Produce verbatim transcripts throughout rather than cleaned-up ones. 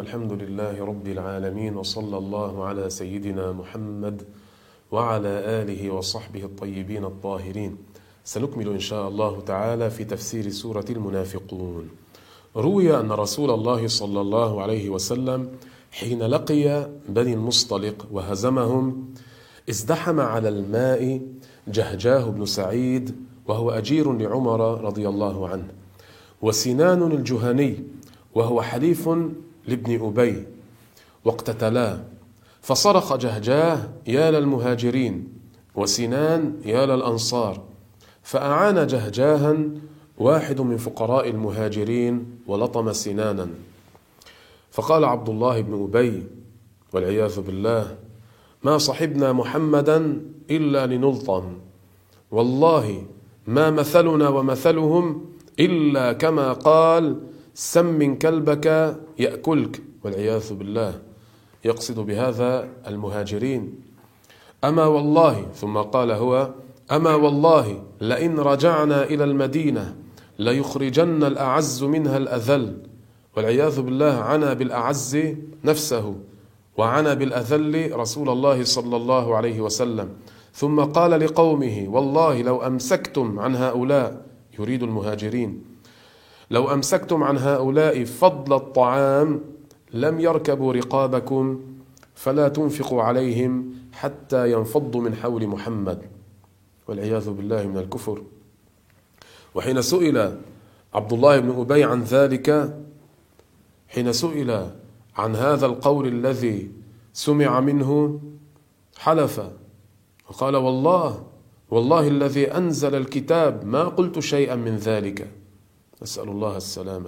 الحمد لله رب العالمين، وصلى الله على سيدنا محمد وعلى آله وصحبه الطيبين الطاهرين. سنكمل إن شاء الله تعالى في تفسير سورة المنافقون. روي أن رسول الله صلى الله عليه وسلم حين لقي بني المصطلق وهزمهم ازدحم على الماء جهجاه بن سعيد وهو أجير لعمر رضي الله عنه، وسنان الجهني وهو حليف لابن أبي، واقتتلا، فصرخ جهجاه يا للمهاجرين وسنان يا للأنصار، فأعان جهجاها واحد من فقراء المهاجرين ولطم سنانا، فقال عبد الله بن أبي والعياذ بالله: ما صحبنا محمدا إلا لنلطم، والله ما مثلنا ومثلهم إلا كما قال سمن كلبك يأكلك، والعياذ بالله، يقصد بهذا المهاجرين. أما والله، ثم قال هو: أما والله لئن رجعنا إلى المدينة ليخرجن الأعز منها الأذل، والعياذ بالله، عنى بالأعز نفسه وعنى بالأذل رسول الله صلى الله عليه وسلم. ثم قال لقومه: والله لو أمسكتم عن هؤلاء، يريد المهاجرين، لو أمسكتم عن هؤلاء فضل الطعام لم يركبوا رقابكم، فلا تنفقوا عليهم حتى ينفضوا من حول محمد، والعياذ بالله من الكفر. وحين سئل عبد الله بن أبي عن ذلك، حين سئل عن هذا القول الذي سمع منه، حلف وقال: والله والله الذي أنزل الكتاب ما قلت شيئا من ذلك. نسأل الله السلامة.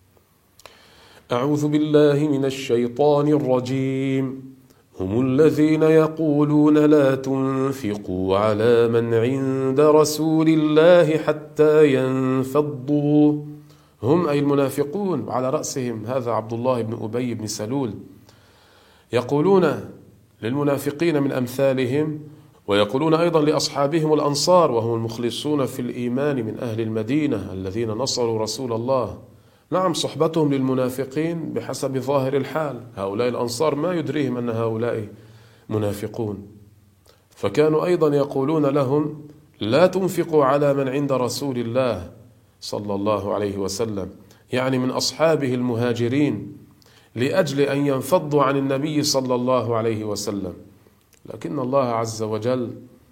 أعوذ بالله من الشيطان الرجيم. هم الذين يقولون لا تنفقوا على من عند رسول الله حتى ينفضوا، هم أي المنافقون، وعلى رأسهم هذا عبد الله بن أبي بن سلول، يقولون للمنافقين من أمثالهم، ويقولون أيضا لأصحابهم الأنصار وهم المخلصون في الإيمان من أهل المدينة الذين نصروا رسول الله. نعم، صحبتهم للمنافقين بحسب ظاهر الحال، هؤلاء الأنصار ما يدريهم أن هؤلاء منافقون، فكانوا أيضا يقولون لهم: لا تنفقوا على من عند رسول الله صلى الله عليه وسلم، يعني من أصحابه المهاجرين، لأجل أن ينفضوا عن النبي صلى الله عليه وسلم. لكن الله عز وجل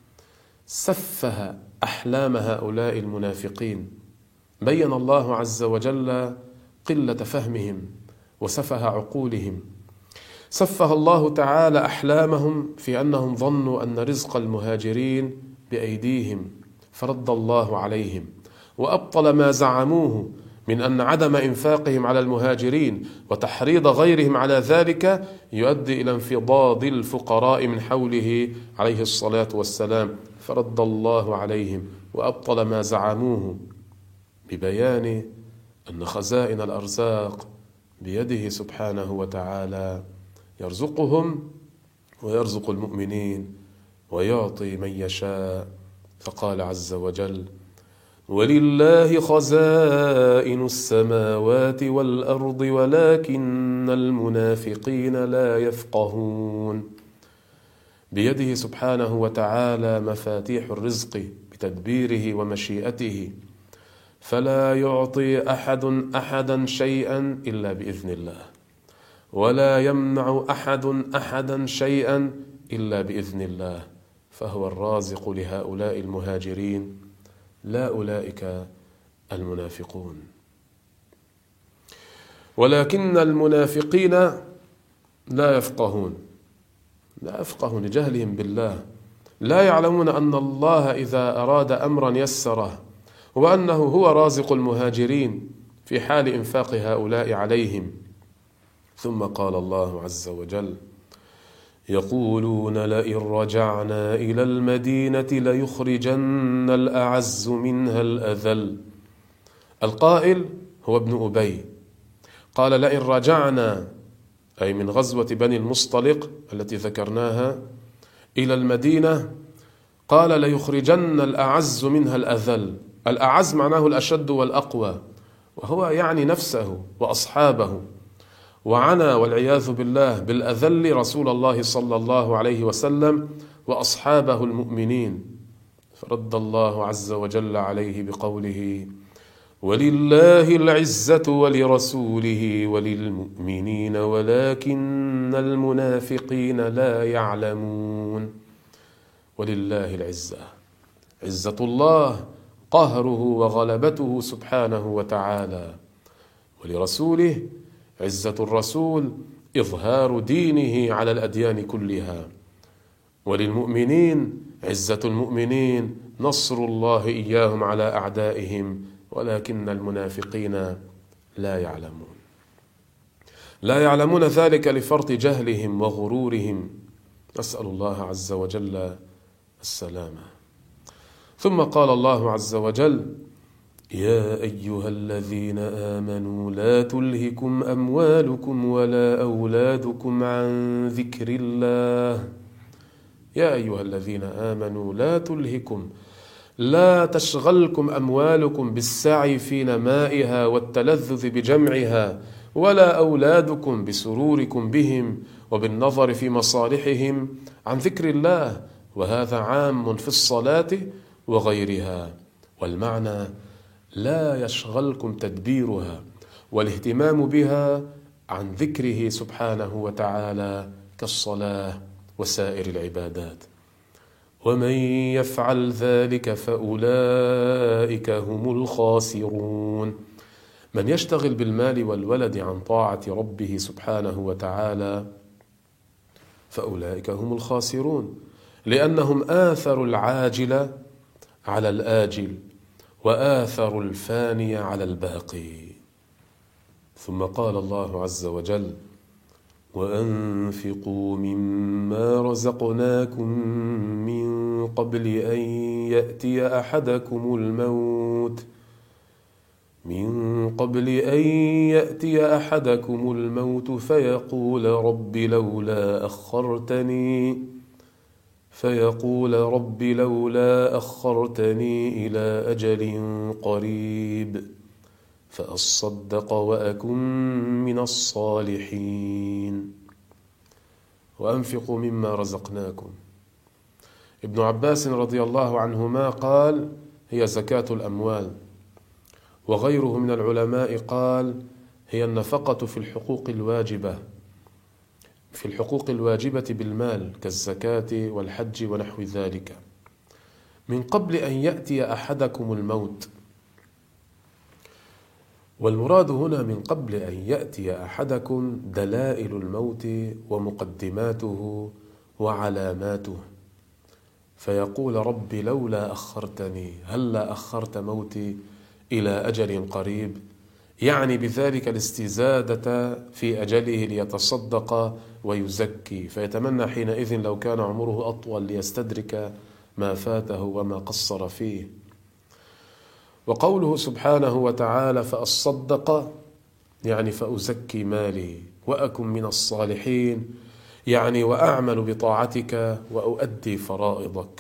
سفه أحلام هؤلاء المنافقين، بين الله عز وجل قلة فهمهم وسفه عقولهم. سفه الله تعالى أحلامهم في أنهم ظنوا أن رزق المهاجرين بأيديهم، فرد الله عليهم وأبطل ما زعموه من أن عدم إنفاقهم على المهاجرين وتحريض غيرهم على ذلك يؤدي إلى انفضاض الفقراء من حوله عليه الصلاة والسلام، فرد الله عليهم وأبطل ما زعموه ببيان أن خزائن الأرزاق بيده سبحانه وتعالى، يرزقهم ويرزق المؤمنين ويعطي من يشاء. فقال عز وجل: ولله خزائن السماوات والأرض ولكن المنافقين لا يفقهون. بيده سبحانه وتعالى مفاتيح الرزق بتدبيره ومشيئته، فلا يعطي أحد أحدا شيئا إلا بإذن الله، ولا يمنع أحد أحدا شيئا إلا بإذن الله، فهو الرازق لهؤلاء المهاجرين لا أولئك المنافقون. ولكن المنافقين لا يفقهون، لا يفقهون لجهلهم بالله، لا يعلمون أن الله إذا أراد أمرا يسره، وأنه هو رازق المهاجرين في حال إنفاق هؤلاء عليهم. ثم قال الله عز وجل: يقولون لئن رجعنا إلى المدينة ليخرجن الأعز منها الأذل. القائل هو ابن أبي، قال: لئن رجعنا، أي من غزوة بني المصطلق التي ذكرناها، إلى المدينة، قال: ليخرجن الأعز منها الأذل. الأعز معناه الأشد والأقوى، وهو يعني نفسه وأصحابه. وعنى والعياذ بالله بالأذل رسول الله صلى الله عليه وسلم وأصحابه المؤمنين، فرد الله عز وجل عليه بقوله: ولله العزة ولرسوله وللمؤمنين ولكن المنافقين لا يعلمون. ولله العزة، عزة الله قهره وغلبته سبحانه وتعالى، ولرسوله عزة الرسول إظهار دينه على الأديان كلها، وللمؤمنين عزة المؤمنين نصر الله إياهم على أعدائهم، ولكن المنافقين لا يعلمون. لا يعلمون ذلك لفرط جهلهم وغرورهم، نسأل الله عز وجل السلامة. ثم قال الله عز وجل: يا أيها الذين آمنوا لا تلهكم أموالكم ولا أولادكم عن ذكر الله. يا أيها الذين آمنوا لا تلهكم، لا تشغلكم أموالكم بالسعي في نمائها والتلذذ بجمعها، ولا أولادكم بسروركم بهم وبالنظر في مصالحهم عن ذكر الله، وهذا عام في الصلاة وغيرها. والمعنى: لا يشغلكم تدبيرها والاهتمام بها عن ذكره سبحانه وتعالى كالصلاة وسائر العبادات. ومن يفعل ذلك فأولئك هم الخاسرون. من يشتغل بالمال والولد عن طاعة ربه سبحانه وتعالى فأولئك هم الخاسرون، لأنهم آثروا العاجل على الآجل وآثروا الفاني على الباقي. ثم قال الله عز وجل: وأنفقوا مما رزقناكم من قبل أن يأتي أحدكم الموت من قبل أن يأتي أحدكم الموت فيقول رب لولا أخرتني فيقول رب لولا أخرتني إلى أجل قريب فأصدق وأكن من الصالحين. وأنفقوا مما رزقناكم. ابن عباس رضي الله عنهما قال: هي زكاة الأموال. وغيره من العلماء قال: هي النفقة في الحقوق الواجبة في الحقوق الواجبة بالمال كالزكاة والحج ونحو ذلك، من قبل أن يأتي أحدكم الموت. والمراد هنا من قبل أن يأتي أحدكم دلائل الموت ومقدماته وعلاماته، فيقول رب لولا أخرتني، هلا أخرت موتي إلى أجل قريب، يعني بذلك الاستزادة في أجله ليتصدق ويزكي، فيتمنى حينئذ لو كان عمره أطول ليستدرك ما فاته وما قصر فيه. وقوله سبحانه وتعالى فأصدق يعني فأزكي مالي وأكن من الصالحين، يعني وأعمل بطاعتك وأؤدي فرائضك.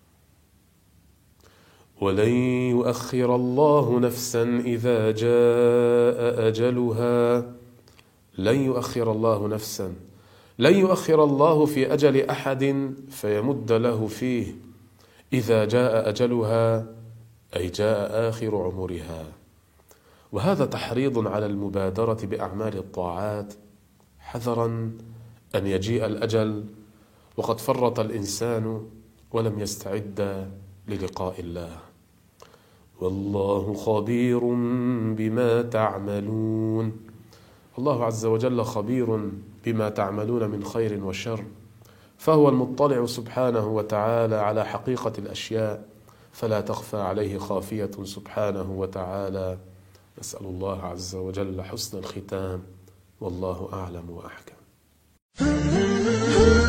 ولن يؤخر الله نفسا إذا جاء أجلها. لن يؤخر الله نفسا، لن يؤخر الله في أجل أحد فيمد له فيه إذا جاء أجلها، أي جاء آخر عمرها. وهذا تحريض على المبادرة بأعمال الطاعات، حذرا أن يجيء الأجل وقد فرط الإنسان ولم يستعد للقاء الله. والله خبير بما تعملون. الله عز وجل خبير بما تعملون من خير وشر، فهو المطلع سبحانه وتعالى على حقيقة الأشياء، فلا تخفى عليه خافية سبحانه وتعالى. نسأل الله عز وجل حسن الختام، والله أعلم وأحكم.